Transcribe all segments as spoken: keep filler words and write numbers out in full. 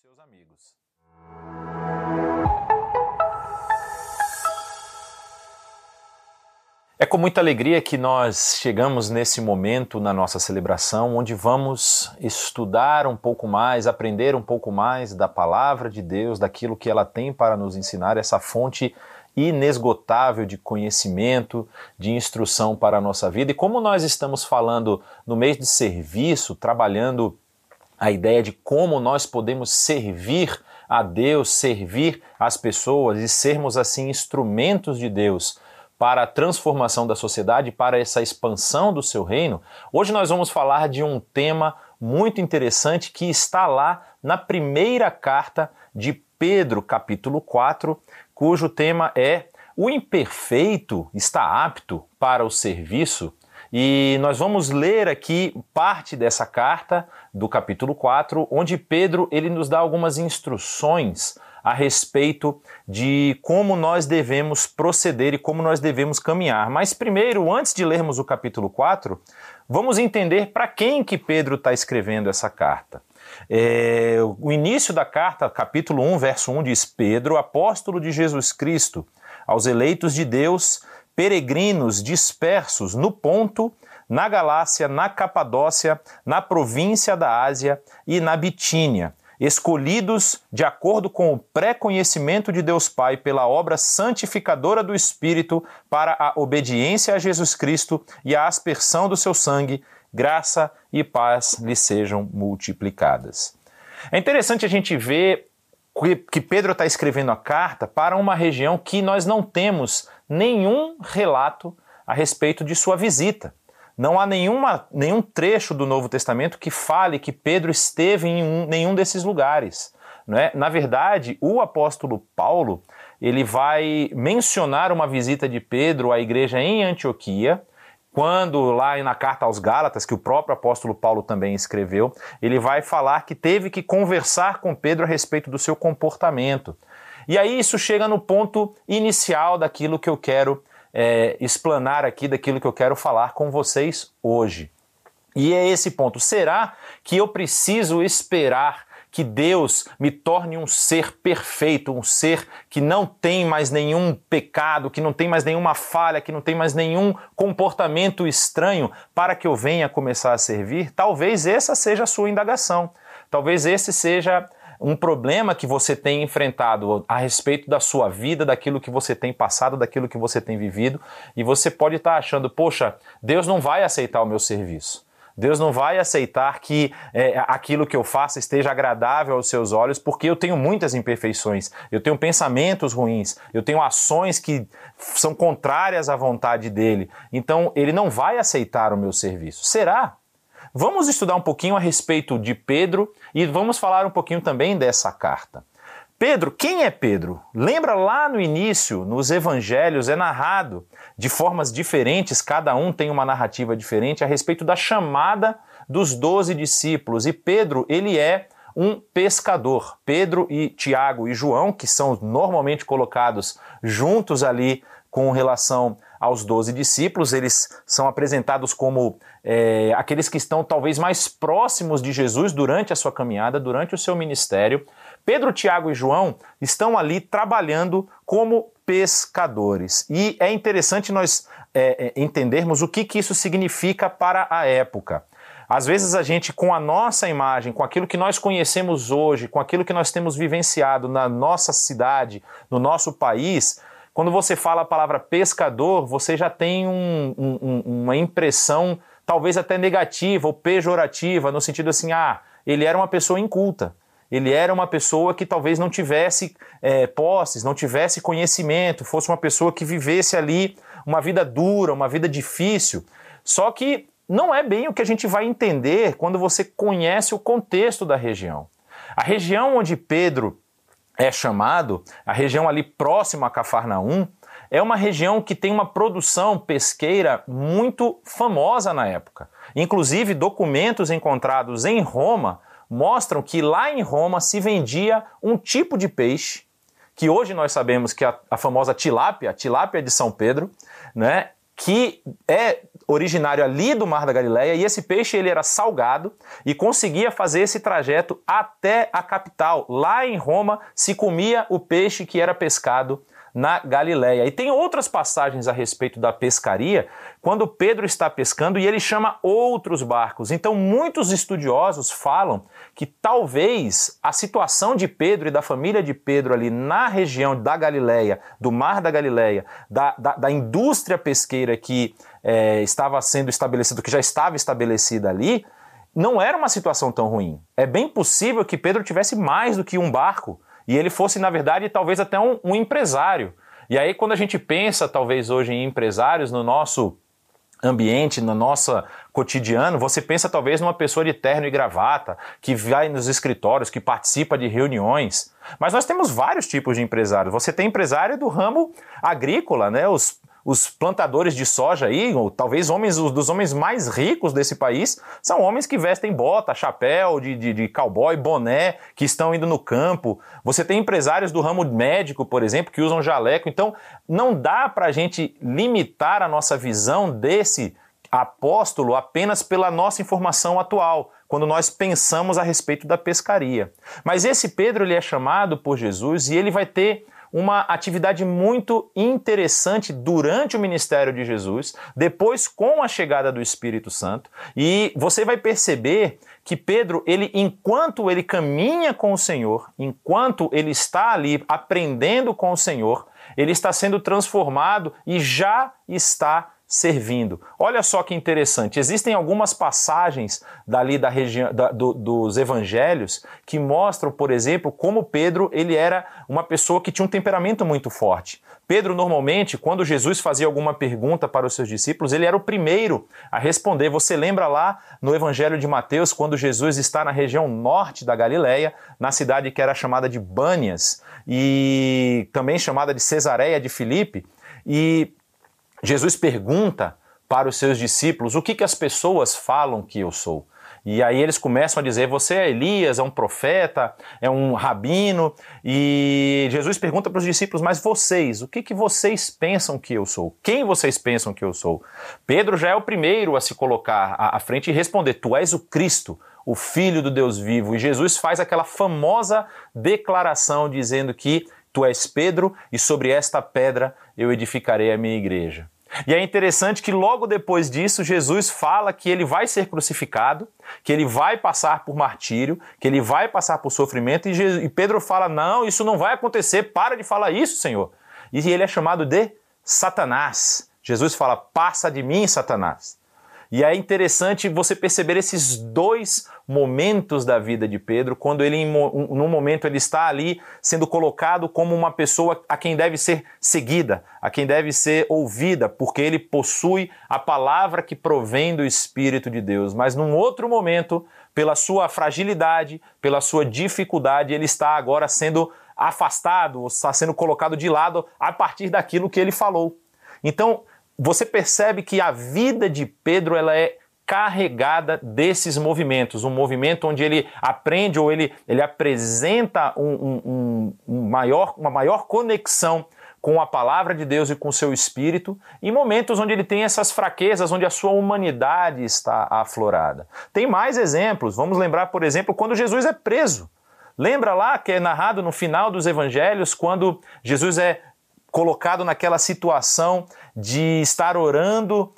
seus amigos. É com muita alegria que nós chegamos nesse momento na nossa celebração, onde vamos estudar um pouco mais, aprender um pouco mais da palavra de Deus, daquilo que ela tem para nos ensinar, essa fonte inesgotável de conhecimento, de instrução para a nossa vida. E como nós estamos falando no mês de serviço, trabalhando a ideia de como nós podemos servir a Deus, servir as pessoas e sermos assim instrumentos de Deus para a transformação da sociedade, para essa expansão do seu reino, hoje nós vamos falar de um tema muito interessante que está lá na primeira carta de Pedro, capítulo quatro, cujo tema é "O imperfeito está apto para o serviço?". E nós vamos ler aqui parte dessa carta do capítulo quatro, onde Pedro ele nos dá algumas instruções a respeito de como nós devemos proceder e como nós devemos caminhar. Mas primeiro, antes de lermos o capítulo quatro, vamos entender para quem que Pedro está escrevendo essa carta. É, o início da carta, capítulo um, verso um, diz: Pedro, apóstolo de Jesus Cristo, aos eleitos de Deus, peregrinos dispersos no Ponto, na Galácia, na Capadócia, na província da Ásia e na Bitínia, escolhidos de acordo com o pré-conhecimento de Deus Pai pela obra santificadora do Espírito para a obediência a Jesus Cristo e a aspersão do seu sangue, graça e paz lhe sejam multiplicadas. É interessante a gente ver que Pedro está escrevendo a carta para uma região que nós não temos nenhum relato a respeito de sua visita. Não há nenhuma, nenhum trecho do Novo Testamento que fale que Pedro esteve em um, nenhum desses lugares. Não é? Na verdade, o apóstolo Paulo ele vai mencionar uma visita de Pedro à igreja em Antioquia, quando lá na carta aos Gálatas, que o próprio apóstolo Paulo também escreveu, ele vai falar que teve que conversar com Pedro a respeito do seu comportamento. E aí isso chega no ponto inicial daquilo que eu quero É, explanar aqui, daquilo que eu quero falar com vocês hoje. E é esse ponto. Será que eu preciso esperar que Deus me torne um ser perfeito, um ser que não tem mais nenhum pecado, que não tem mais nenhuma falha, que não tem mais nenhum comportamento estranho para que eu venha começar a servir? Talvez essa seja a sua indagação. Talvez esse seja um problema que você tem enfrentado a respeito da sua vida, daquilo que você tem passado, daquilo que você tem vivido, e você pode estar achando, poxa, Deus não vai aceitar o meu serviço. Deus não vai aceitar que é, aquilo que eu faça esteja agradável aos seus olhos, porque eu tenho muitas imperfeições, eu tenho pensamentos ruins, eu tenho ações que são contrárias à vontade dele. Então, ele não vai aceitar o meu serviço. Será? Vamos estudar um pouquinho a respeito de Pedro e vamos falar um pouquinho também dessa carta. Pedro, quem é Pedro? Lembra lá no início, nos evangelhos, é narrado de formas diferentes, cada um tem uma narrativa diferente a respeito da chamada dos doze discípulos. E Pedro, ele é um pescador. Pedro e Tiago e João, que são normalmente colocados juntos ali com relação aos doze discípulos, eles são apresentados como é, aqueles que estão talvez mais próximos de Jesus durante a sua caminhada, durante o seu ministério. Pedro, Tiago e João estão ali trabalhando como pescadores. E é interessante nós é, entendermos o que, que isso significa para a época. Às vezes a gente, com a nossa imagem, com aquilo que nós conhecemos hoje, com aquilo que nós temos vivenciado na nossa cidade, no nosso país, quando você fala a palavra pescador, você já tem um, um, uma impressão talvez até negativa ou pejorativa, no sentido assim, ah, ele era uma pessoa inculta, ele era uma pessoa que talvez não tivesse é, posses, não tivesse conhecimento, fosse uma pessoa que vivesse ali uma vida dura, uma vida difícil. Só que não é bem o que a gente vai entender quando você conhece o contexto da região. A região onde Pedro é chamado, a região ali próxima a Cafarnaum, é uma região que tem uma produção pesqueira muito famosa na época. Inclusive, documentos encontrados em Roma mostram que lá em Roma se vendia um tipo de peixe, que hoje nós sabemos que é a, a famosa tilápia, a tilápia de São Pedro, né, que é originário ali do Mar da Galileia, e esse peixe ele era salgado e conseguia fazer esse trajeto até a capital. Lá em Roma se comia o peixe que era pescado na Galileia. E tem outras passagens a respeito da pescaria, quando Pedro está pescando e ele chama outros barcos. Então muitos estudiosos falam que talvez a situação de Pedro e da família de Pedro ali na região da Galileia, do Mar da Galileia, da, da, da indústria pesqueira que é, estava sendo estabelecida, que já estava estabelecida ali, não era uma situação tão ruim. É bem possível que Pedro tivesse mais do que um barco, e ele fosse, na verdade, talvez até um, um empresário. E aí, quando a gente pensa, talvez, hoje em empresários no nosso ambiente, no nosso cotidiano, você pensa, talvez, numa pessoa de terno e gravata, que vai nos escritórios, que participa de reuniões. Mas nós temos vários tipos de empresários. Você tem empresário do ramo agrícola, né? Os Os plantadores de soja aí, ou talvez homens, os dos homens mais ricos desse país, são homens que vestem bota, chapéu de, de, de cowboy, boné, que estão indo no campo. Você tem empresários do ramo médico, por exemplo, que usam jaleco. Então, não dá para a gente limitar a nossa visão desse apóstolo apenas pela nossa informação atual, quando nós pensamos a respeito da pescaria. Mas esse Pedro, ele é chamado por Jesus e ele vai ter uma atividade muito interessante durante o ministério de Jesus, depois com a chegada do Espírito Santo, e você vai perceber que Pedro, ele, enquanto ele caminha com o Senhor, enquanto ele está ali aprendendo com o Senhor, ele está sendo transformado e já está servindo. Olha só que interessante, existem algumas passagens dali da região da, do, dos evangelhos que mostram, por exemplo, como Pedro ele era uma pessoa que tinha um temperamento muito forte. Pedro, normalmente, quando Jesus fazia alguma pergunta para os seus discípulos, ele era o primeiro a responder. Você lembra lá no Evangelho de Mateus, quando Jesus está na região norte da Galileia, na cidade que era chamada de Bânias, e também chamada de Cesareia de Filipe, e Jesus pergunta para os seus discípulos o que, que as pessoas falam que eu sou. E aí eles começam a dizer, você é Elias, é um profeta, é um rabino. E Jesus pergunta para os discípulos, mas vocês, o que, que vocês pensam que eu sou? Quem vocês pensam que eu sou? Pedro já é o primeiro a se colocar à frente e responder, tu és o Cristo, o Filho do Deus vivo. E Jesus faz aquela famosa declaração dizendo que tu és Pedro e sobre esta pedra eu edificarei a minha igreja. E é interessante que logo depois disso, Jesus fala que ele vai ser crucificado, que ele vai passar por martírio, que ele vai passar por sofrimento, e, Jesus, e Pedro fala, não, isso não vai acontecer, para de falar isso, Senhor. E ele é chamado de Satanás. Jesus fala, passa de mim, Satanás. E é interessante você perceber esses dois momentos da vida de Pedro, quando ele, num momento, ele está ali sendo colocado como uma pessoa a quem deve ser seguida, a quem deve ser ouvida, porque ele possui a palavra que provém do Espírito de Deus. Mas num outro momento, pela sua fragilidade, pela sua dificuldade, ele está agora sendo afastado, está sendo colocado de lado a partir daquilo que ele falou. Então, você percebe que a vida de Pedro ela é carregada desses movimentos, um movimento onde ele aprende ou ele, ele apresenta um, um, um maior, uma maior conexão com a palavra de Deus e com o seu espírito, em momentos onde ele tem essas fraquezas, onde a sua humanidade está aflorada. Tem mais exemplos, vamos lembrar, por exemplo, quando Jesus é preso. Lembra lá que é narrado no final dos evangelhos, quando Jesus é colocado naquela situação de estar orando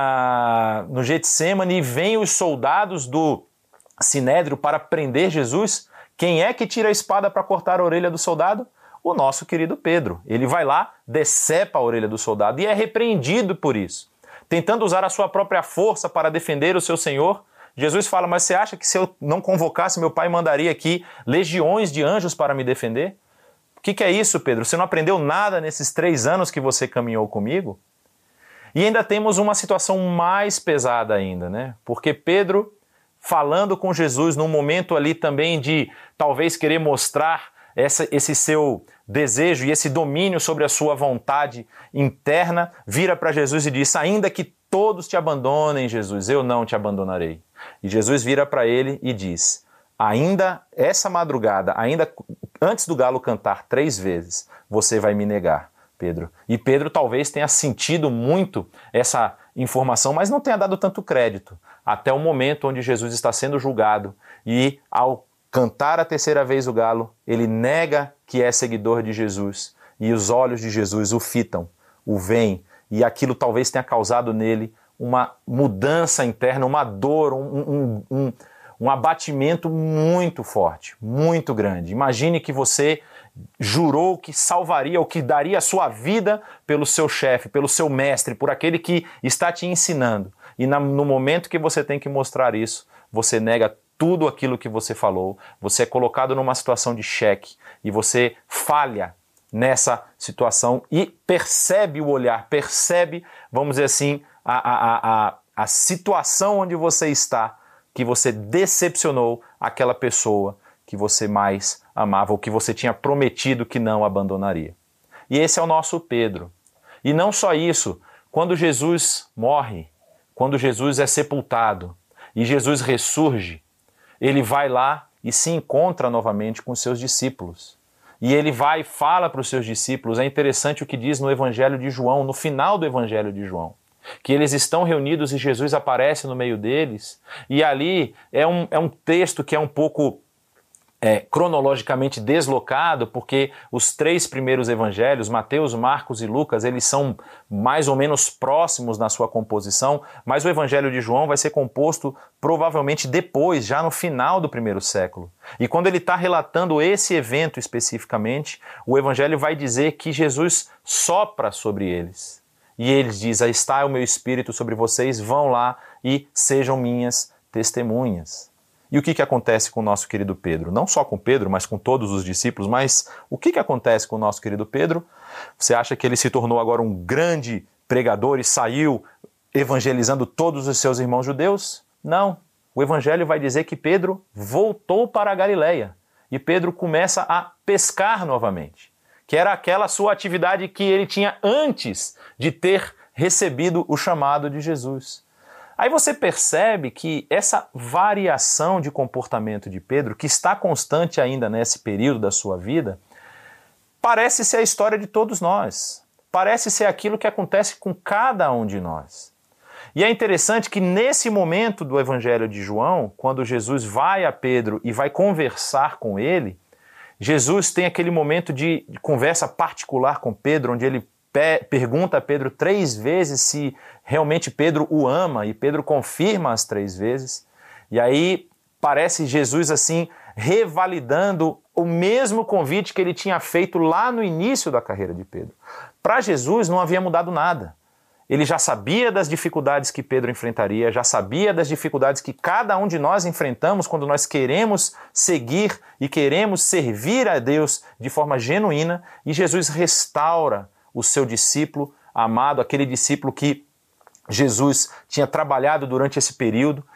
na, no Getsemane e vêm os soldados do Sinédrio para prender Jesus. Quem é que tira a espada para cortar a orelha do soldado? O nosso querido Pedro. Ele vai lá, decepa a orelha do soldado e é repreendido por isso. Tentando usar a sua própria força para defender o seu Senhor, Jesus fala, mas você acha que se eu não convocasse, meu pai mandaria aqui legiões de anjos para me defender? O que, que é isso, Pedro? Você não aprendeu nada nesses três anos que você caminhou comigo? E ainda temos uma situação mais pesada ainda, né? Porque Pedro, falando com Jesus num momento ali também de talvez querer mostrar essa, esse seu desejo e esse domínio sobre a sua vontade interna, vira para Jesus e diz, ainda que todos te abandonem, Jesus, eu não te abandonarei. E Jesus vira para ele e diz, ainda essa madrugada, ainda antes do galo cantar três vezes, você vai me negar, Pedro. E Pedro talvez tenha sentido muito essa, informação, mas não tenha dado tanto crédito, até o momento onde Jesus está sendo julgado e, ao cantar a terceira vez o galo, ele nega que é seguidor de Jesus e os olhos de Jesus o fitam, o veem, e aquilo talvez tenha causado nele uma mudança interna, uma dor, um, um, um, um abatimento muito forte, muito grande. Imagine que você jurou que salvaria ou que daria a sua vida pelo seu chefe, pelo seu mestre, por aquele que está te ensinando. E no momento que você tem que mostrar isso, você nega tudo aquilo que você falou, você é colocado numa situação de cheque e você falha nessa situação e percebe o olhar, percebe, vamos dizer assim, a, a, a, a situação onde você está, que você decepcionou aquela pessoa que você mais amava, ou que você tinha prometido que não abandonaria. E esse é o nosso Pedro. E não só isso, quando Jesus morre, quando Jesus é sepultado e Jesus ressurge, ele vai lá e se encontra novamente com seus discípulos. E ele vai e fala para os seus discípulos, é interessante o que diz no Evangelho de João, no final do Evangelho de João, que eles estão reunidos e Jesus aparece no meio deles, e ali é um, é um texto que é um pouco é, cronologicamente deslocado, porque os três primeiros evangelhos, Mateus, Marcos e Lucas, eles são mais ou menos próximos na sua composição, mas o Evangelho de João vai ser composto provavelmente depois, já no final do primeiro século. E quando ele está relatando esse evento especificamente, o Evangelho vai dizer que Jesus sopra sobre eles. E ele diz, aí está o meu Espírito sobre vocês, vão lá e sejam minhas testemunhas. E o que, que acontece com o nosso querido Pedro? Não só com Pedro, mas com todos os discípulos, mas o que, que acontece com o nosso querido Pedro? Você acha que ele se tornou agora um grande pregador e saiu evangelizando todos os seus irmãos judeus? Não. O Evangelho vai dizer que Pedro voltou para a Galileia e Pedro começa a pescar novamente, que era aquela sua atividade que ele tinha antes de ter recebido o chamado de Jesus. Aí você percebe que essa variação de comportamento de Pedro, que está constante ainda nesse período da sua vida, parece ser a história de todos nós. Parece ser aquilo que acontece com cada um de nós. E é interessante que nesse momento do Evangelho de João, quando Jesus vai a Pedro e vai conversar com ele, Jesus tem aquele momento de conversa particular com Pedro, onde ele pergunta a Pedro três vezes se realmente Pedro o ama, e Pedro confirma as três vezes. E aí parece Jesus assim revalidando o mesmo convite que ele tinha feito lá no início da carreira de Pedro. Para Jesus não havia mudado nada. Ele já sabia das dificuldades que Pedro enfrentaria, já sabia das dificuldades que cada um de nós enfrentamos quando nós queremos seguir e queremos servir a Deus de forma genuína, e Jesus restaura o seu discípulo amado, aquele discípulo que Jesus tinha trabalhado durante esse período,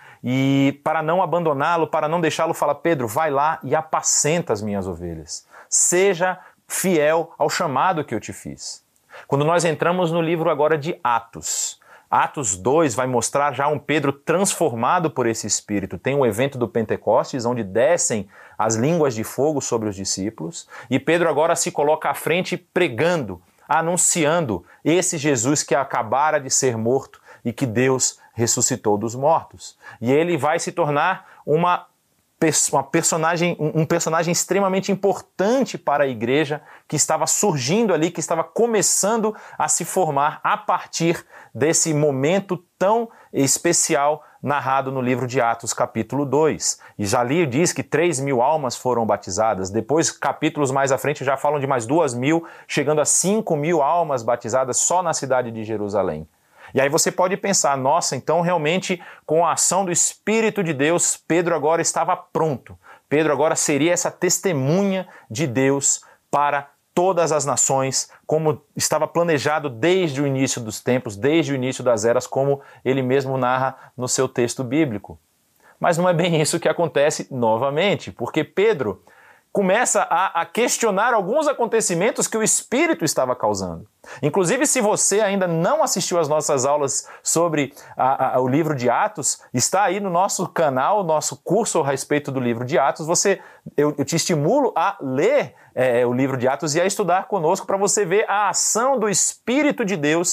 e para não abandoná-lo, para não deixá-lo, fala, Pedro, vai lá e apacenta as minhas ovelhas. Seja fiel ao chamado que eu te fiz. Quando nós entramos no livro agora de Atos, Atos dois vai mostrar já um Pedro transformado por esse Espírito. Tem o evento do Pentecostes, onde descem as línguas de fogo sobre os discípulos, e Pedro agora se coloca à frente pregando, anunciando esse Jesus que acabara de ser morto e que Deus ressuscitou dos mortos. E ele vai se tornar uma, uma personagem, um personagem extremamente importante para a igreja que estava surgindo ali, que estava começando a se formar a partir desse momento tão especial narrado no livro de Atos, capítulo dois. E já ali diz que três mil almas foram batizadas. Depois, capítulos mais à frente, já falam de mais duas mil, chegando a cinco mil almas batizadas só na cidade de Jerusalém. E aí você pode pensar, nossa, então realmente com a ação do Espírito de Deus, Pedro agora estava pronto. Pedro agora seria essa testemunha de Deus para todas as nações, como estava planejado desde o início dos tempos, desde o início das eras, como ele mesmo narra no seu texto bíblico. Mas não é bem isso que acontece novamente, porque Pedro começa a, a questionar alguns acontecimentos que o Espírito estava causando. Inclusive, se você ainda não assistiu às nossas aulas sobre a, a, o livro de Atos, está aí no nosso canal, nosso curso a respeito do livro de Atos. Você, eu, eu te estimulo a ler é, o livro de Atos e a estudar conosco para você ver a ação do Espírito de Deus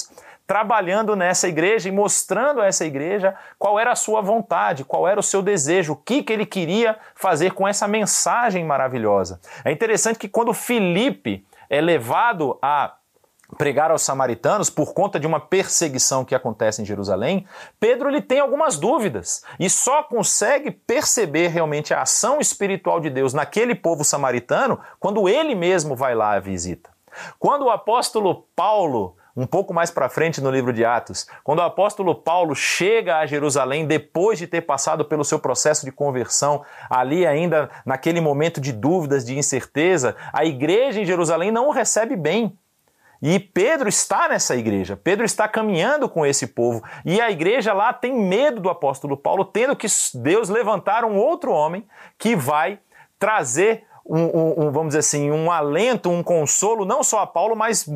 trabalhando nessa igreja e mostrando a essa igreja qual era a sua vontade, qual era o seu desejo, o que, que ele queria fazer com essa mensagem maravilhosa. É interessante que quando Filipe é levado a pregar aos samaritanos por conta de uma perseguição que acontece em Jerusalém, Pedro ele tem algumas dúvidas e só consegue perceber realmente a ação espiritual de Deus naquele povo samaritano quando ele mesmo vai lá à visita. Quando o apóstolo Paulo, um pouco mais para frente no livro de Atos, quando o apóstolo Paulo chega a Jerusalém depois de ter passado pelo seu processo de conversão, ali ainda naquele momento de dúvidas, de incerteza, a igreja em Jerusalém não o recebe bem. E Pedro está nessa igreja, Pedro está caminhando com esse povo, e a igreja lá tem medo do apóstolo Paulo, tendo que Deus levantar um outro homem que vai trazer um, um, um, vamos dizer assim, um alento, um consolo, não só a Paulo, mas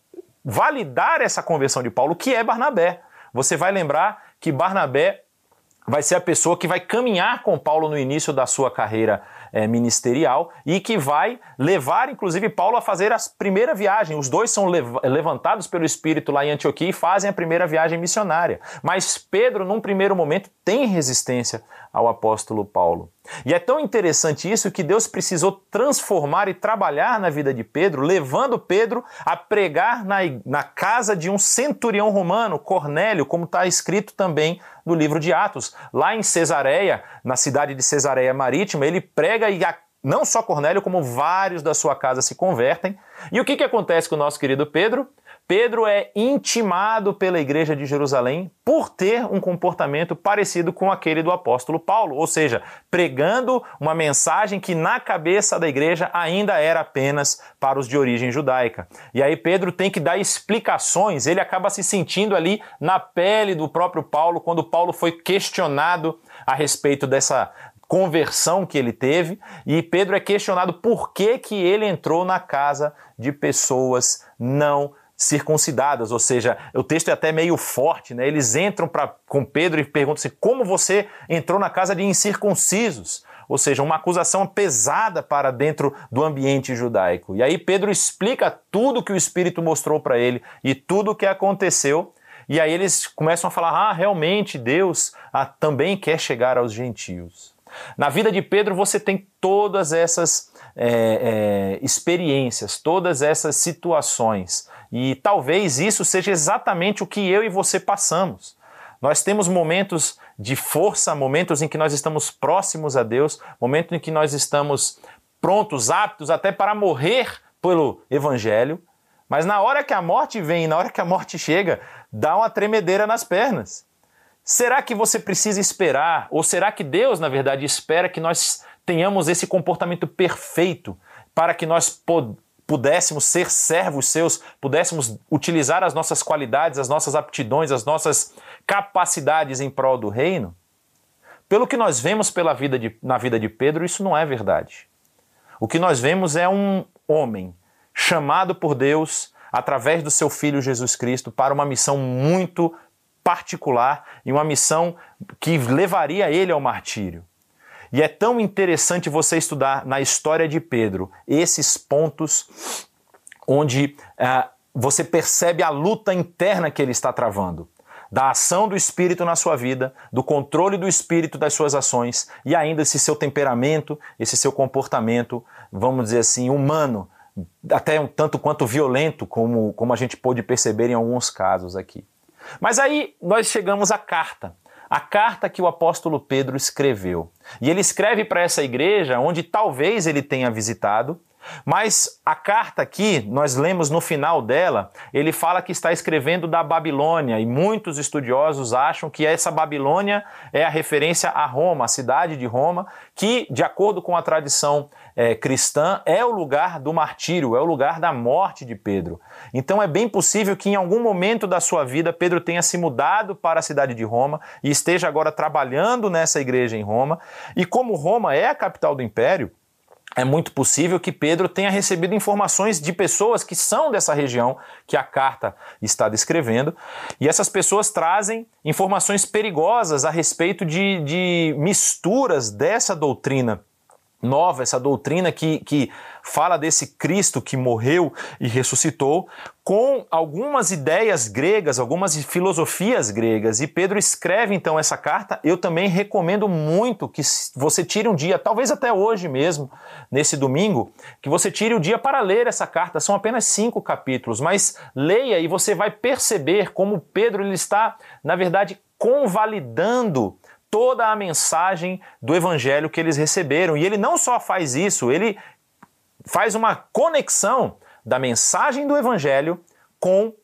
validar essa conversão de Paulo, que é Barnabé. Você vai lembrar que Barnabé vai ser a pessoa que vai caminhar com Paulo no início da sua carreira é, ministerial e que vai levar, inclusive, Paulo a fazer a primeira viagem. Os dois são lev- levantados pelo Espírito lá em Antioquia e fazem a primeira viagem missionária. Mas Pedro, num primeiro momento, tem resistência ao apóstolo Paulo. E é tão interessante isso que Deus precisou transformar e trabalhar na vida de Pedro, levando Pedro a pregar na, na casa de um centurião romano, Cornélio, como está escrito também no livro de Atos. Lá em Cesareia, na cidade de Cesareia Marítima, ele prega e a, não só Cornélio, como vários da sua casa se convertem. E o que, que acontece com o nosso querido Pedro? Pedro é intimado pela igreja de Jerusalém por ter um comportamento parecido com aquele do apóstolo Paulo, ou seja, pregando uma mensagem que na cabeça da igreja ainda era apenas para os de origem judaica. E aí Pedro tem que dar explicações, ele acaba se sentindo ali na pele do próprio Paulo quando Paulo foi questionado a respeito dessa conversão que ele teve, e Pedro é questionado por que que ele entrou na casa de pessoas não circuncidadas, ou seja, o texto é até meio forte, né? Eles entram pra, com Pedro e perguntam assim, como você entrou na casa de incircuncisos? Ou seja, uma acusação pesada para dentro do ambiente judaico. E aí Pedro explica tudo que o Espírito mostrou para ele e tudo o que aconteceu, e aí eles começam a falar, ah, realmente Deus ah, também quer chegar aos gentios. Na vida de Pedro você tem todas essas é, é, experiências, todas essas situações. E talvez isso seja exatamente o que eu e você passamos. Nós temos momentos de força, momentos em que nós estamos próximos a Deus, momentos em que nós estamos prontos, aptos até para morrer pelo Evangelho, mas na hora que a morte vem, na hora que a morte chega, dá uma tremedeira nas pernas. Será que você precisa esperar? Ou será que Deus, na verdade, espera que nós tenhamos esse comportamento perfeito para que nós pod- pudéssemos ser servos seus, pudéssemos utilizar as nossas qualidades, as nossas aptidões, as nossas capacidades em prol do reino? Pelo que nós vemos pela vida de, na vida de Pedro, isso não é verdade. O que nós vemos é um homem chamado por Deus através do seu Filho Jesus Cristo para uma missão muito particular e uma missão que levaria ele ao martírio. E é tão interessante você estudar na história de Pedro esses pontos onde uh, você percebe a luta interna que ele está travando, da ação do Espírito na sua vida, do controle do Espírito das suas ações e ainda esse seu temperamento, esse seu comportamento, vamos dizer assim, humano, até um tanto quanto violento, como, como a gente pôde perceber em alguns casos aqui. Mas aí nós chegamos à carta, a carta que o apóstolo Pedro escreveu. E ele escreve para essa igreja onde talvez ele tenha visitado, mas a carta aqui, nós lemos no final dela, ele fala que está escrevendo da Babilônia, e muitos estudiosos acham que essa Babilônia é a referência a Roma, a cidade de Roma, que, de acordo com a tradição é, cristã, é o lugar do martírio, é o lugar da morte de Pedro. Então é bem possível que em algum momento da sua vida Pedro tenha se mudado para a cidade de Roma e esteja agora trabalhando nessa igreja em Roma, e como Roma é a capital do império, é muito possível que Pedro tenha recebido informações de pessoas que são dessa região que a carta está descrevendo, e essas pessoas trazem informações perigosas a respeito de, de misturas dessa doutrina nova, essa doutrina que, que fala desse Cristo que morreu e ressuscitou, com algumas ideias gregas, algumas filosofias gregas. E Pedro escreve então essa carta. Eu também recomendo muito que você tire um dia, talvez até hoje mesmo, nesse domingo, que você tire o dia para ler essa carta. São apenas cinco capítulos, mas leia e você vai perceber como Pedro ele está, na verdade, convalidando toda a mensagem do evangelho que eles receberam. E ele não só faz isso, ele faz uma conexão da mensagem do evangelho com,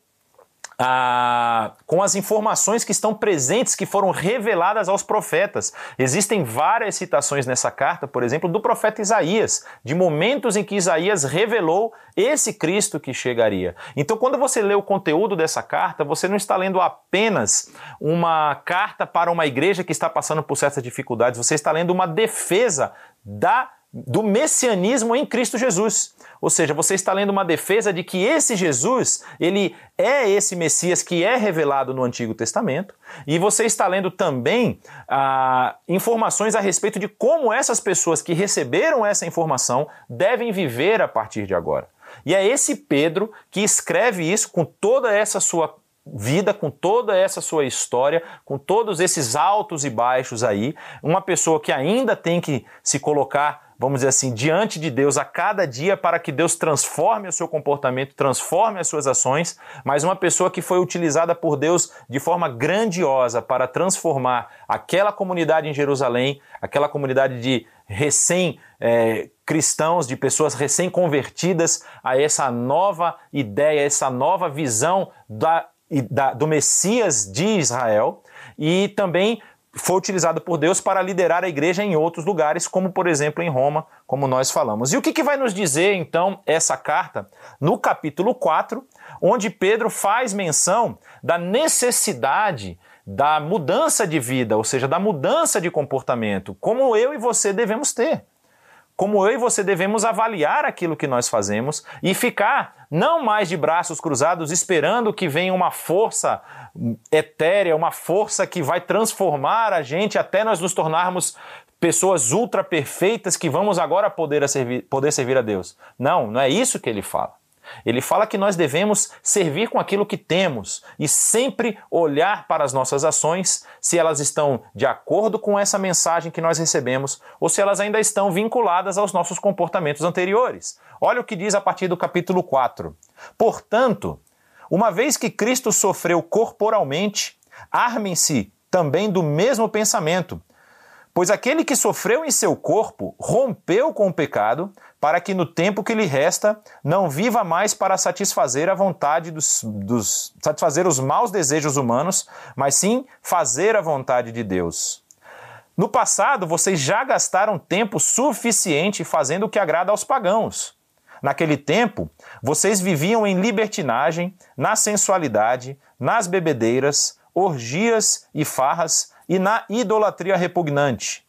a, com as informações que estão presentes, que foram reveladas aos profetas. Existem várias citações nessa carta, por exemplo, do profeta Isaías, de momentos em que Isaías revelou esse Cristo que chegaria. Então, quando você lê o conteúdo dessa carta, você não está lendo apenas uma carta para uma igreja que está passando por certas dificuldades, você está lendo uma defesa da do messianismo em Cristo Jesus. Ou seja, você está lendo uma defesa de que esse Jesus, ele é esse Messias que é revelado no Antigo Testamento, e você está lendo também ah, informações a respeito de como essas pessoas que receberam essa informação devem viver a partir de agora. E é esse Pedro que escreve isso com toda essa sua vida, com toda essa sua história, com todos esses altos e baixos aí, uma pessoa que ainda tem que se colocar, vamos dizer assim, diante de Deus a cada dia para que Deus transforme o seu comportamento, transforme as suas ações, mas uma pessoa que foi utilizada por Deus de forma grandiosa para transformar aquela comunidade em Jerusalém, aquela comunidade de recém-cristãos, é, de pessoas recém-convertidas a essa nova ideia, essa nova visão da Da, do Messias de Israel, e também foi utilizado por Deus para liderar a igreja em outros lugares, como por exemplo em Roma, como nós falamos. E o que, que vai nos dizer então essa carta? No capítulo quatro, onde Pedro faz menção da necessidade da mudança de vida, ou seja, da mudança de comportamento, como eu e você devemos ter. Como eu e você devemos avaliar aquilo que nós fazemos e ficar não mais de braços cruzados esperando que venha uma força etérea, uma força que vai transformar a gente até nós nos tornarmos pessoas ultra perfeitas que vamos agora poder servir, poder servir a Deus. Não, não é isso que ele fala. Ele fala que nós devemos servir com aquilo que temos e sempre olhar para as nossas ações, se elas estão de acordo com essa mensagem que nós recebemos ou se elas ainda estão vinculadas aos nossos comportamentos anteriores. Olha o que diz a partir do capítulo quatro. Portanto, uma vez que Cristo sofreu corporalmente, armem-se também do mesmo pensamento. Pois aquele que sofreu em seu corpo rompeu com o pecado, para que no tempo que lhe resta não viva mais para satisfazer a vontade dos, dos satisfazer os maus desejos humanos, mas sim fazer a vontade de Deus. No passado, vocês já gastaram tempo suficiente fazendo o que agrada aos pagãos. Naquele tempo, vocês viviam em libertinagem, na sensualidade, nas bebedeiras, orgias e farras, e na idolatria repugnante.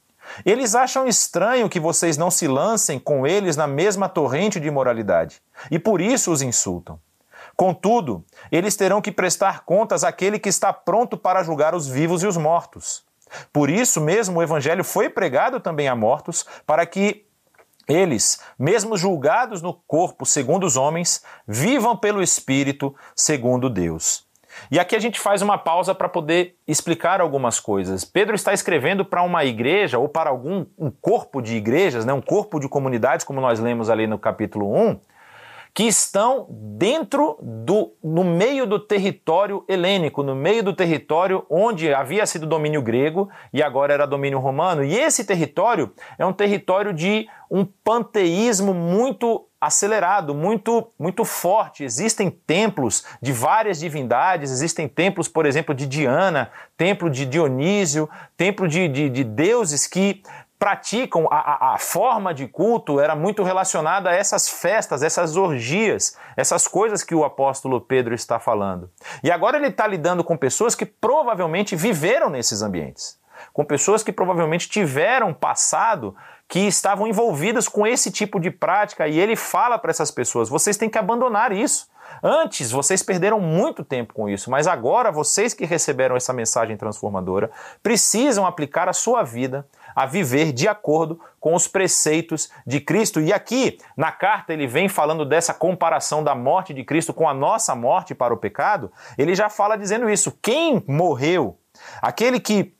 Eles acham estranho que vocês não se lancem com eles na mesma torrente de imoralidade, e por isso os insultam. Contudo, eles terão que prestar contas àquele que está pronto para julgar os vivos e os mortos. Por isso mesmo o evangelho foi pregado também a mortos, para que eles, mesmo julgados no corpo segundo os homens, vivam pelo Espírito segundo Deus. E aqui a gente faz uma pausa para poder explicar algumas coisas. Pedro está escrevendo para uma igreja ou para algum um corpo de igrejas, né, um corpo de comunidades, como nós lemos ali no capítulo um, que estão dentro do, no meio do território helênico, no meio do território onde havia sido domínio grego e agora era domínio romano. E esse território é um território de um panteísmo muito acelerado, muito, muito forte. Existem templos de várias divindades, existem templos, por exemplo, de Diana, templo de Dionísio, templo de, de, de deuses que praticam, a, a, a forma de culto era muito relacionada a essas festas, essas orgias, essas coisas que o apóstolo Pedro está falando. E agora ele está lidando com pessoas que provavelmente viveram nesses ambientes, com pessoas que provavelmente tiveram passado que estavam envolvidas com esse tipo de prática, e ele fala para essas pessoas, vocês têm que abandonar isso. Antes, vocês perderam muito tempo com isso, mas agora, vocês que receberam essa mensagem transformadora, precisam aplicar a sua vida a viver de acordo com os preceitos de Cristo. E aqui, na carta, ele vem falando dessa comparação da morte de Cristo com a nossa morte para o pecado. Ele já fala dizendo isso. Quem morreu, aquele que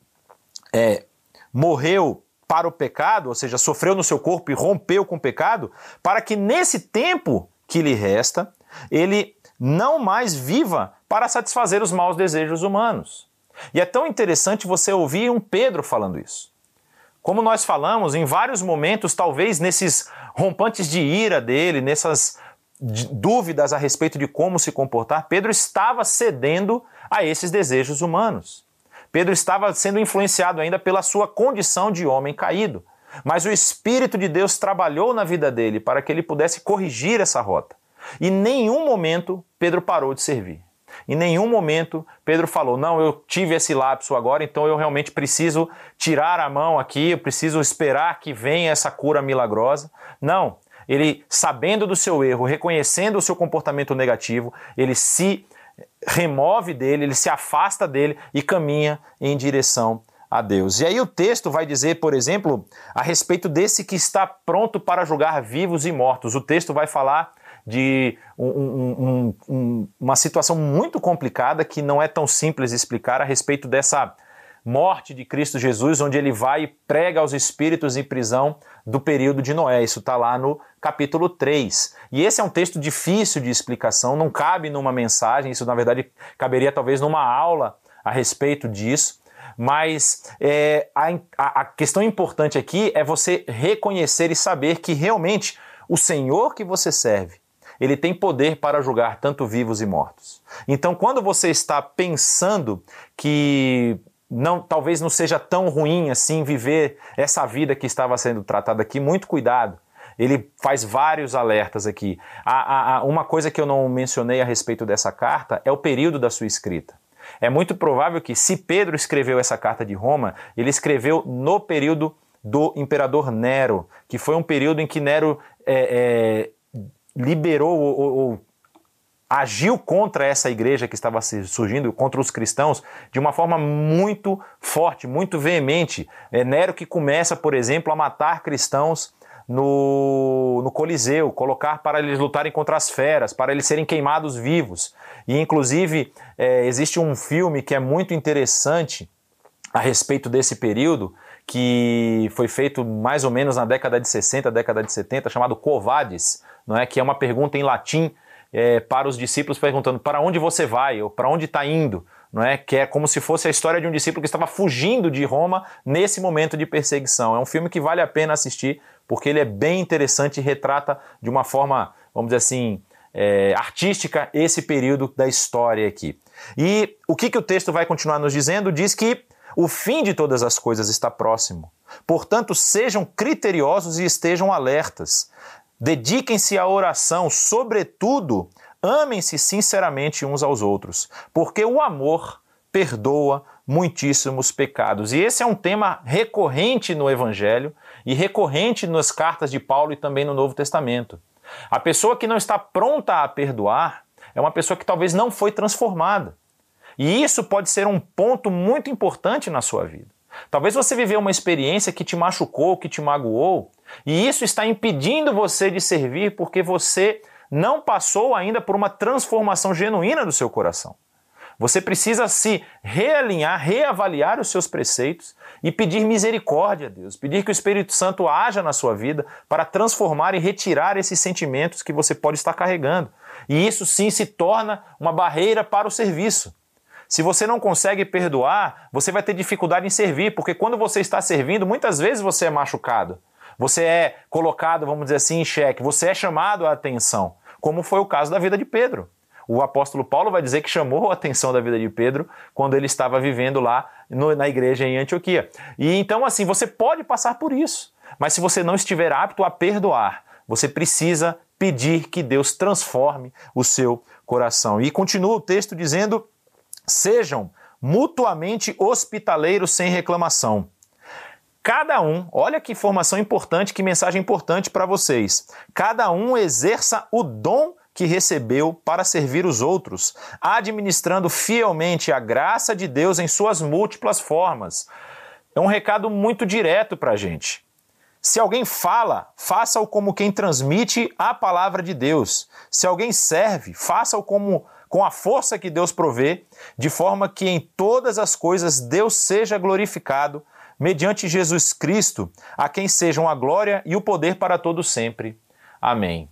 é, morreu para o pecado, ou seja, sofreu no seu corpo e rompeu com o pecado, para que nesse tempo que lhe resta, ele não mais viva para satisfazer os maus desejos humanos. E é tão interessante você ouvir um Pedro falando isso. Como nós falamos, em vários momentos, talvez nesses rompantes de ira dele, nessas dúvidas a respeito de como se comportar, Pedro estava cedendo a esses desejos humanos. Pedro estava sendo influenciado ainda pela sua condição de homem caído. Mas o Espírito de Deus trabalhou na vida dele para que ele pudesse corrigir essa rota. E em nenhum momento Pedro parou de servir. Em nenhum momento Pedro falou, não, eu tive esse lapso agora, então eu realmente preciso tirar a mão aqui, eu preciso esperar que venha essa cura milagrosa. Não, ele, sabendo do seu erro, reconhecendo o seu comportamento negativo, ele se remove dele, ele se afasta dele e caminha em direção a Deus. E aí o texto vai dizer, por exemplo, a respeito desse que está pronto para julgar vivos e mortos. O texto vai falar de um, um, um, uma situação muito complicada que não é tão simples de explicar a respeito dessa morte de Cristo Jesus, onde ele vai e prega aos espíritos em prisão do período de Noé. Isso está lá no capítulo três. E esse é um texto difícil de explicação, não cabe numa mensagem, isso na verdade caberia talvez numa aula a respeito disso. Mas é, a, a questão importante aqui é você reconhecer e saber que realmente o Senhor que você serve, ele tem poder para julgar tanto vivos e mortos. Então, quando você está pensando que não, talvez não seja tão ruim assim viver essa vida que estava sendo tratada aqui, muito cuidado. Ele faz vários alertas aqui. A, a, uma coisa que eu não mencionei a respeito dessa carta é o período da sua escrita. É muito provável que, se Pedro escreveu essa carta de Roma, ele escreveu no período do imperador Nero, que foi um período em que Nero é, é, liberou ou, ou agiu contra essa igreja que estava surgindo, contra os cristãos, de uma forma muito forte, muito veemente. É Nero que começa, por exemplo, a matar cristãos no, no Coliseu, colocar para eles lutarem contra as feras, para eles serem queimados vivos. E, inclusive, é, existe um filme que é muito interessante a respeito desse período, que foi feito mais ou menos na década de sessenta, década de setenta, chamado Quo Vadis, não é? Que é uma pergunta em latim é, para os discípulos, perguntando para onde você vai, ou para onde está indo, não é? Que é como se fosse a história de um discípulo que estava fugindo de Roma nesse momento de perseguição. É um filme que vale a pena assistir, porque ele é bem interessante e retrata de uma forma, vamos dizer assim, é, artística esse período da história aqui. E o que, que o texto vai continuar nos dizendo? Diz que o fim de todas as coisas está próximo. Portanto, sejam criteriosos e estejam alertas. Dediquem-se à oração, sobretudo, amem-se sinceramente uns aos outros, porque o amor perdoa muitíssimos pecados. E esse é um tema recorrente no Evangelho e recorrente nas cartas de Paulo e também no Novo Testamento. A pessoa que não está pronta a perdoar é uma pessoa que talvez não foi transformada. E isso pode ser um ponto muito importante na sua vida. Talvez você viveu uma experiência que te machucou, que te magoou, e isso está impedindo você de servir porque você não passou ainda por uma transformação genuína do seu coração. Você precisa se realinhar, reavaliar os seus preceitos e pedir misericórdia a Deus, pedir que o Espírito Santo haja na sua vida para transformar e retirar esses sentimentos que você pode estar carregando. E isso sim se torna uma barreira para o serviço. Se você não consegue perdoar, você vai ter dificuldade em servir, porque quando você está servindo, muitas vezes você é machucado. Você é colocado, vamos dizer assim, em xeque. Você é chamado à atenção, como foi o caso da vida de Pedro. O apóstolo Paulo vai dizer que chamou a atenção da vida de Pedro quando ele estava vivendo lá no, na igreja em Antioquia. E então, assim, você pode passar por isso, mas se você não estiver apto a perdoar, você precisa pedir que Deus transforme o seu coração. E continua o texto dizendo: sejam mutuamente hospitaleiros sem reclamação. Cada um, olha que informação importante, que mensagem importante para vocês. Cada um exerça o dom que recebeu para servir os outros, administrando fielmente a graça de Deus em suas múltiplas formas. É um recado muito direto para a gente. Se alguém fala, faça-o como quem transmite a palavra de Deus. Se alguém serve, faça-o como com a força que Deus provê, de forma que em todas as coisas Deus seja glorificado, mediante Jesus Cristo, a quem sejam a glória e o poder para todo sempre. Amém.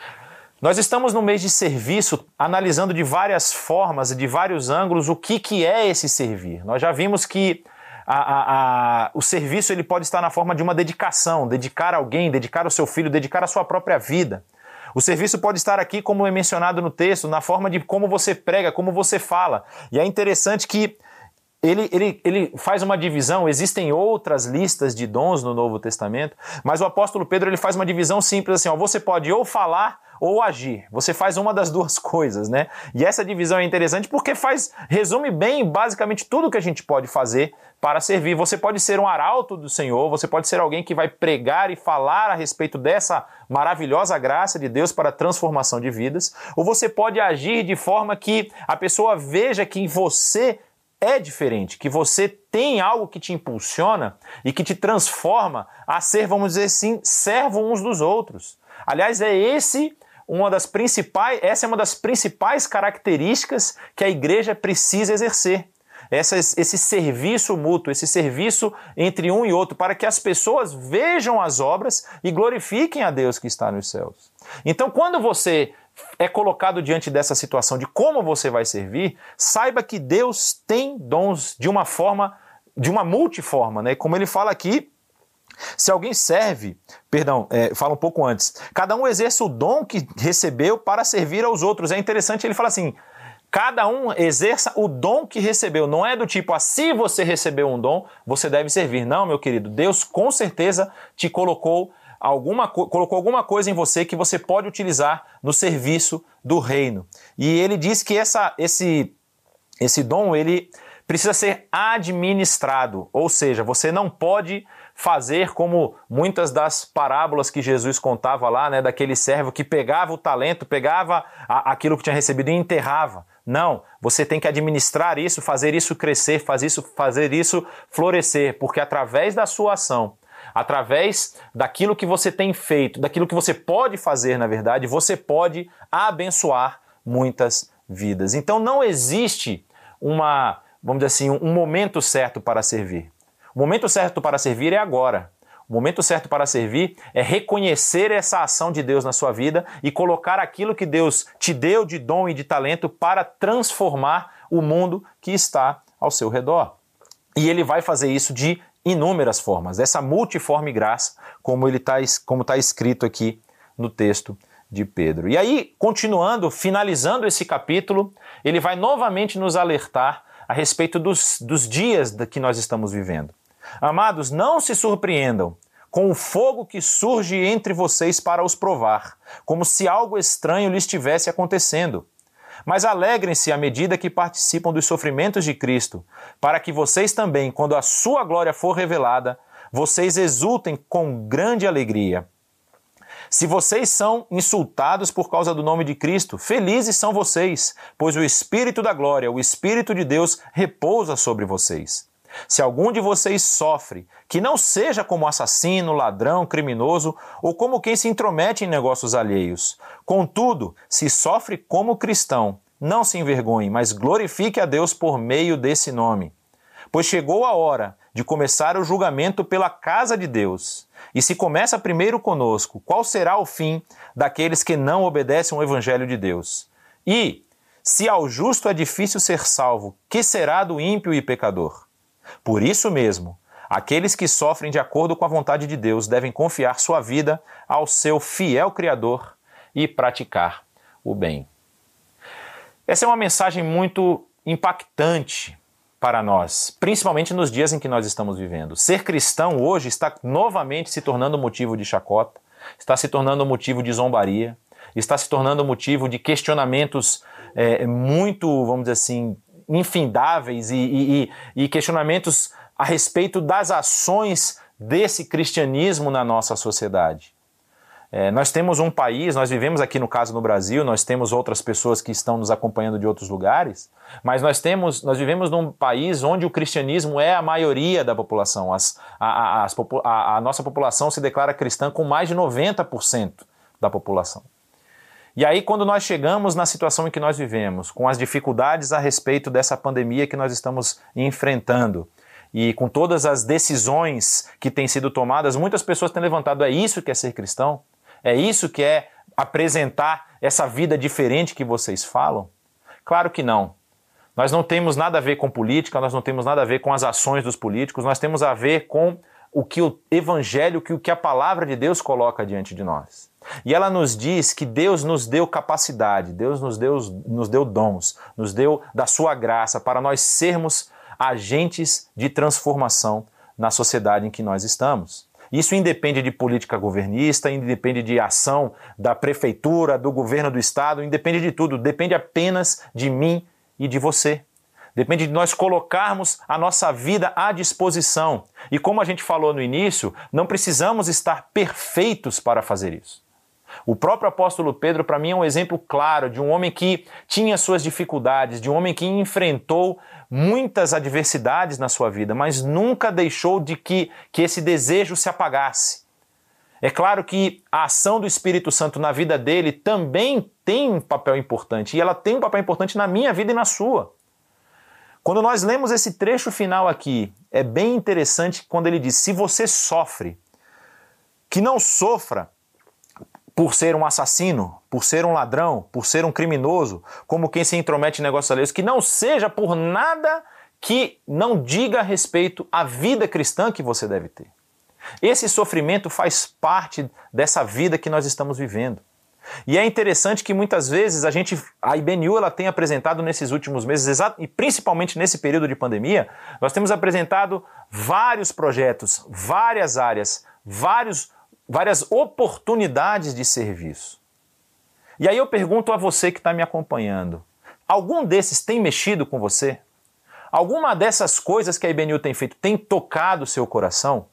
Nós estamos no mês de serviço, analisando de várias formas e de vários ângulos o que, que é esse servir. Nós já vimos que A, a, a, o serviço ele pode estar na forma de uma dedicação, dedicar alguém, dedicar o seu filho, dedicar a sua própria vida. O serviço pode estar aqui, como é mencionado no texto, na forma de como você prega, como você fala. E é interessante que ele, ele, ele faz uma divisão, existem outras listas de dons no Novo Testamento, mas o apóstolo Pedro ele faz uma divisão simples assim, ó, você pode ou falar ou agir. Você faz uma das duas coisas, né? E essa divisão é interessante porque faz, resume bem basicamente tudo que a gente pode fazer para servir. Você pode ser um arauto do Senhor, você pode ser alguém que vai pregar e falar a respeito dessa maravilhosa graça de Deus para a transformação de vidas, ou você pode agir de forma que a pessoa veja que você é diferente, que você tem algo que te impulsiona e que te transforma a ser, vamos dizer assim, servo uns dos outros. Aliás, é esse uma das principais, essa é uma das principais características que a igreja precisa exercer. Essa, esse serviço mútuo, esse serviço entre um e outro, para que as pessoas vejam as obras e glorifiquem a Deus que está nos céus. Então, quando você é colocado diante dessa situação de como você vai servir, saiba que Deus tem dons de uma forma, de uma multiforma, né? Como ele fala aqui, se alguém serve, perdão, é, fala um pouco antes, cada um exerce o dom que recebeu para servir aos outros. É interessante, ele fala assim, cada um exerça o dom que recebeu. Não é do tipo, ah, se você recebeu um dom, você deve servir. Não, meu querido, Deus com certeza te colocou alguma, colocou alguma coisa em você que você pode utilizar no serviço do reino. E ele diz que essa, esse, esse dom, ele precisa ser administrado, ou seja, você não pode fazer como muitas das parábolas que Jesus contava lá, né, daquele servo que pegava o talento, pegava a, aquilo que tinha recebido e enterrava. Não, você tem que administrar isso, fazer isso crescer, fazer isso, fazer isso florescer, porque através da sua ação, através daquilo que você tem feito, daquilo que você pode fazer, na verdade, você pode abençoar muitas vidas. Então não existe uma, vamos dizer assim, um momento certo para servir. O momento certo para servir é agora. O momento certo para servir é reconhecer essa ação de Deus na sua vida e colocar aquilo que Deus te deu de dom e de talento para transformar o mundo que está ao seu redor. E ele vai fazer isso de inúmeras formas, dessa multiforme graça, como ele tá, como está escrito aqui no texto de Pedro. E aí, continuando, finalizando esse capítulo, ele vai novamente nos alertar a respeito dos, dos dias que nós estamos vivendo. Amados, não se surpreendam com o fogo que surge entre vocês para os provar, como se algo estranho lhes estivesse acontecendo. Mas alegrem-se à medida que participam dos sofrimentos de Cristo, para que vocês também, quando a sua glória for revelada, vocês exultem com grande alegria. Se vocês são insultados por causa do nome de Cristo, felizes são vocês, pois o Espírito da glória, o Espírito de Deus, repousa sobre vocês. Se algum de vocês sofre, que não seja como assassino, ladrão, criminoso ou como quem se intromete em negócios alheios. Contudo, se sofre como cristão, não se envergonhe, mas glorifique a Deus por meio desse nome. Pois chegou a hora de começar o julgamento pela casa de Deus. E se começa primeiro conosco, qual será o fim daqueles que não obedecem ao Evangelho de Deus? E, se ao justo é difícil ser salvo, que será do ímpio e pecador? Por isso mesmo, aqueles que sofrem de acordo com a vontade de Deus devem confiar sua vida ao seu fiel Criador e praticar o bem. Essa é uma mensagem muito impactante para nós, principalmente nos dias em que nós estamos vivendo. Ser cristão hoje está novamente se tornando motivo de chacota, está se tornando motivo de zombaria, está se tornando motivo de questionamentos é, muito, vamos dizer assim, infindáveis e, e, e questionamentos a respeito das ações desse cristianismo na nossa sociedade. É, nós temos um país, nós vivemos aqui no caso no Brasil, nós temos outras pessoas que estão nos acompanhando de outros lugares, mas nós, temos, nós vivemos num país onde o cristianismo é a maioria da população. As, a, a, as, a, a nossa população se declara cristã com mais de noventa por cento da população. E aí quando nós chegamos na situação em que nós vivemos, com as dificuldades a respeito dessa pandemia que nós estamos enfrentando, e com todas as decisões que têm sido tomadas, muitas pessoas têm levantado, é isso que é ser cristão? É isso que é apresentar essa vida diferente que vocês falam? Claro que não. Nós não temos nada a ver com política, nós não temos nada a ver com as ações dos políticos, nós temos a ver com o que o Evangelho, o que a palavra de Deus coloca diante de nós. E ela nos diz que Deus nos deu capacidade, Deus nos deu, nos deu dons, nos deu da sua graça para nós sermos agentes de transformação na sociedade em que nós estamos. Isso independe de política governista, independe de ação da prefeitura, do governo do estado, independe de tudo, depende apenas de mim e de você. Depende de nós colocarmos a nossa vida à disposição. E como a gente falou no início, não precisamos estar perfeitos para fazer isso. O próprio apóstolo Pedro, para mim, é um exemplo claro de um homem que tinha suas dificuldades, de um homem que enfrentou muitas adversidades na sua vida, mas nunca deixou de que, que esse desejo se apagasse. É claro que a ação do Espírito Santo na vida dele também tem um papel importante, e ela tem um papel importante na minha vida e na sua. Quando nós lemos esse trecho final aqui, é bem interessante quando ele diz, se você sofre, que não sofra por ser um assassino, por ser um ladrão, por ser um criminoso, como quem se intromete em negócios alheios, que não seja por nada que não diga a respeito à vida cristã que você deve ter. Esse sofrimento faz parte dessa vida que nós estamos vivendo. E é interessante que muitas vezes a gente, a I B N U ela tem apresentado nesses últimos meses, e principalmente nesse período de pandemia, nós temos apresentado vários projetos, várias áreas, vários várias oportunidades de serviço. E aí eu pergunto a você que está me acompanhando, algum desses tem mexido com você? Alguma dessas coisas que a I B N U tem feito tem tocado o seu coração?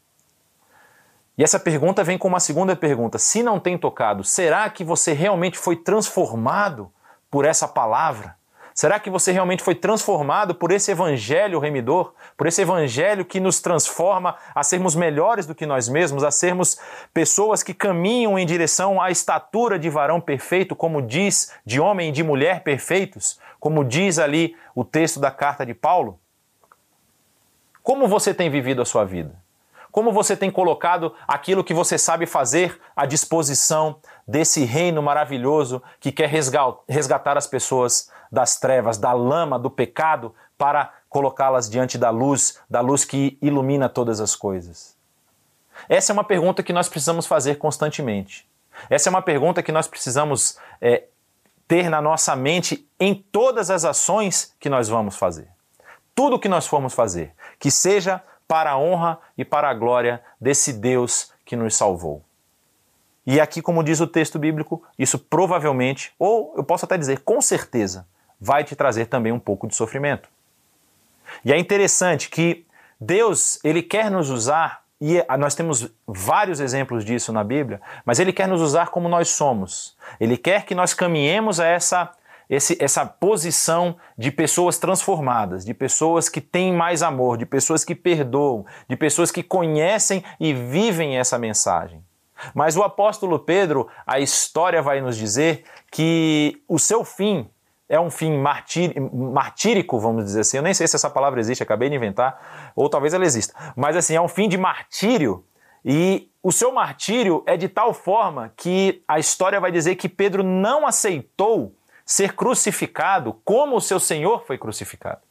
E essa pergunta vem com uma segunda pergunta, se não tem tocado, será que você realmente foi transformado por essa palavra? Será que você realmente foi transformado por esse evangelho remidor? Por esse evangelho que nos transforma a sermos melhores do que nós mesmos, a sermos pessoas que caminham em direção à estatura de varão perfeito, como diz, de homem e de mulher perfeitos, como diz ali o texto da carta de Paulo? Como você tem vivido a sua vida? Como você tem colocado aquilo que você sabe fazer à disposição desse reino maravilhoso que quer resgatar as pessoas das trevas, da lama, do pecado, para colocá-las diante da luz, da luz que ilumina todas as coisas? Essa é uma pergunta que nós precisamos fazer constantemente. Essa é uma pergunta que nós precisamos é, ter na nossa mente em todas as ações que nós vamos fazer. Tudo que nós formos fazer, que seja para a honra e para a glória desse Deus que nos salvou. E aqui, como diz o texto bíblico, isso provavelmente, ou eu posso até dizer com certeza, vai te trazer também um pouco de sofrimento. E é interessante que Deus, Ele quer nos usar, e nós temos vários exemplos disso na Bíblia, mas Ele quer nos usar como nós somos. Ele quer que nós caminhemos a essa Esse, essa posição de pessoas transformadas, de pessoas que têm mais amor, de pessoas que perdoam, de pessoas que conhecem e vivem essa mensagem. Mas o apóstolo Pedro, a história vai nos dizer que o seu fim é um fim martir, martírico, vamos dizer assim. Eu nem sei se essa palavra existe, acabei de inventar, ou talvez ela exista. Mas assim, é um fim de martírio. E o seu martírio é de tal forma que a história vai dizer que Pedro não aceitou ser crucificado como o seu Senhor foi crucificado.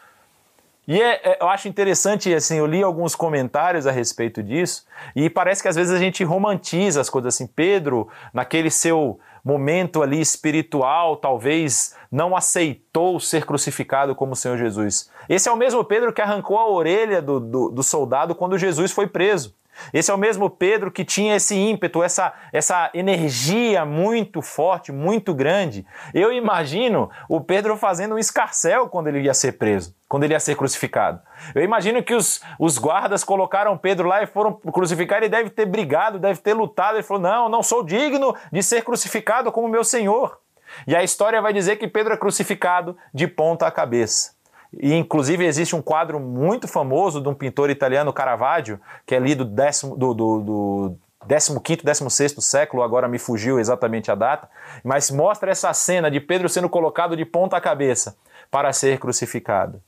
E é, é, eu acho interessante, assim, eu li alguns comentários a respeito disso, e parece que às vezes a gente romantiza as coisas assim. Pedro, naquele seu momento ali espiritual, talvez não aceitou ser crucificado como o Senhor Jesus. Esse é o mesmo Pedro que arrancou a orelha do, do, do soldado quando Jesus foi preso. Esse é o mesmo Pedro que tinha esse ímpeto, essa, essa energia muito forte, muito grande. Eu imagino o Pedro fazendo um escarcéu quando ele ia ser preso, quando ele ia ser crucificado. Eu imagino que os, os guardas colocaram Pedro lá e foram crucificar, ele deve ter brigado, deve ter lutado. Ele falou, não, não sou digno de ser crucificado como meu Senhor. E a história vai dizer que Pedro é crucificado de ponta cabeça. E inclusive existe um quadro muito famoso de um pintor italiano, Caravaggio, que é ali do, décimo, do, do, do décimo quinto, décimo sexto século, agora me fugiu exatamente a data, mas mostra essa cena de Pedro sendo colocado de ponta cabeça para ser crucificado.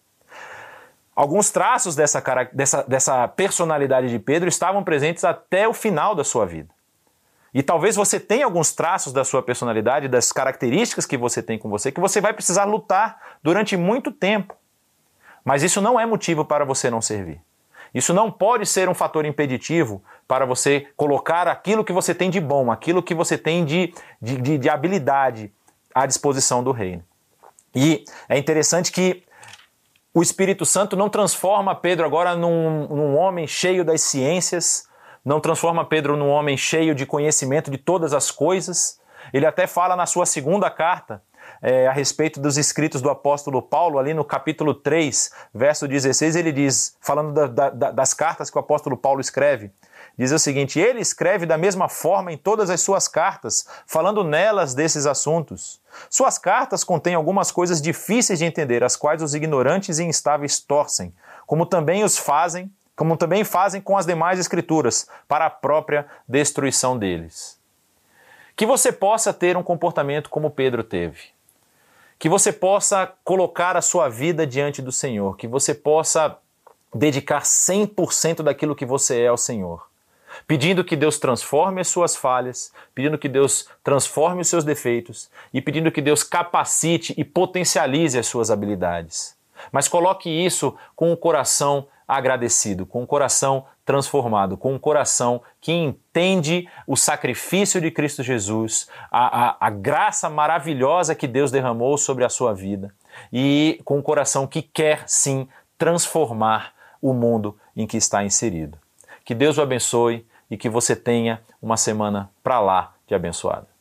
Alguns traços dessa, dessa, dessa personalidade de Pedro estavam presentes até o final da sua vida. E talvez você tenha alguns traços da sua personalidade, das características que você tem com você, que você vai precisar lutar durante muito tempo. Mas isso não é motivo para você não servir. Isso não pode ser um fator impeditivo para você colocar aquilo que você tem de bom, aquilo que você tem de, de, de, de habilidade à disposição do reino. E é interessante que o Espírito Santo não transforma Pedro agora num, num homem cheio das ciências, não transforma Pedro num homem cheio de conhecimento de todas as coisas. Ele até fala na sua segunda carta, É, a respeito dos escritos do apóstolo Paulo, ali no capítulo três, verso dezesseis, ele diz, falando da, da, das cartas que o apóstolo Paulo escreve, diz o seguinte, ele escreve da mesma forma em todas as suas cartas, falando nelas desses assuntos. Suas cartas contêm algumas coisas difíceis de entender, as quais os ignorantes e instáveis torcem, como também os fazem, como também fazem com as demais escrituras, para a própria destruição deles. Que você possa ter um comportamento como Pedro teve. Que você possa colocar a sua vida diante do Senhor, que você possa dedicar cem por cento daquilo que você é ao Senhor, pedindo que Deus transforme as suas falhas, pedindo que Deus transforme os seus defeitos e pedindo que Deus capacite e potencialize as suas habilidades. Mas coloque isso com o coração agradecido, com o coração transformado, com um coração que entende o sacrifício de Cristo Jesus, a, a, a graça maravilhosa que Deus derramou sobre a sua vida e com um coração que quer sim transformar o mundo em que está inserido. Que Deus o abençoe e que você tenha uma semana pra lá de abençoada.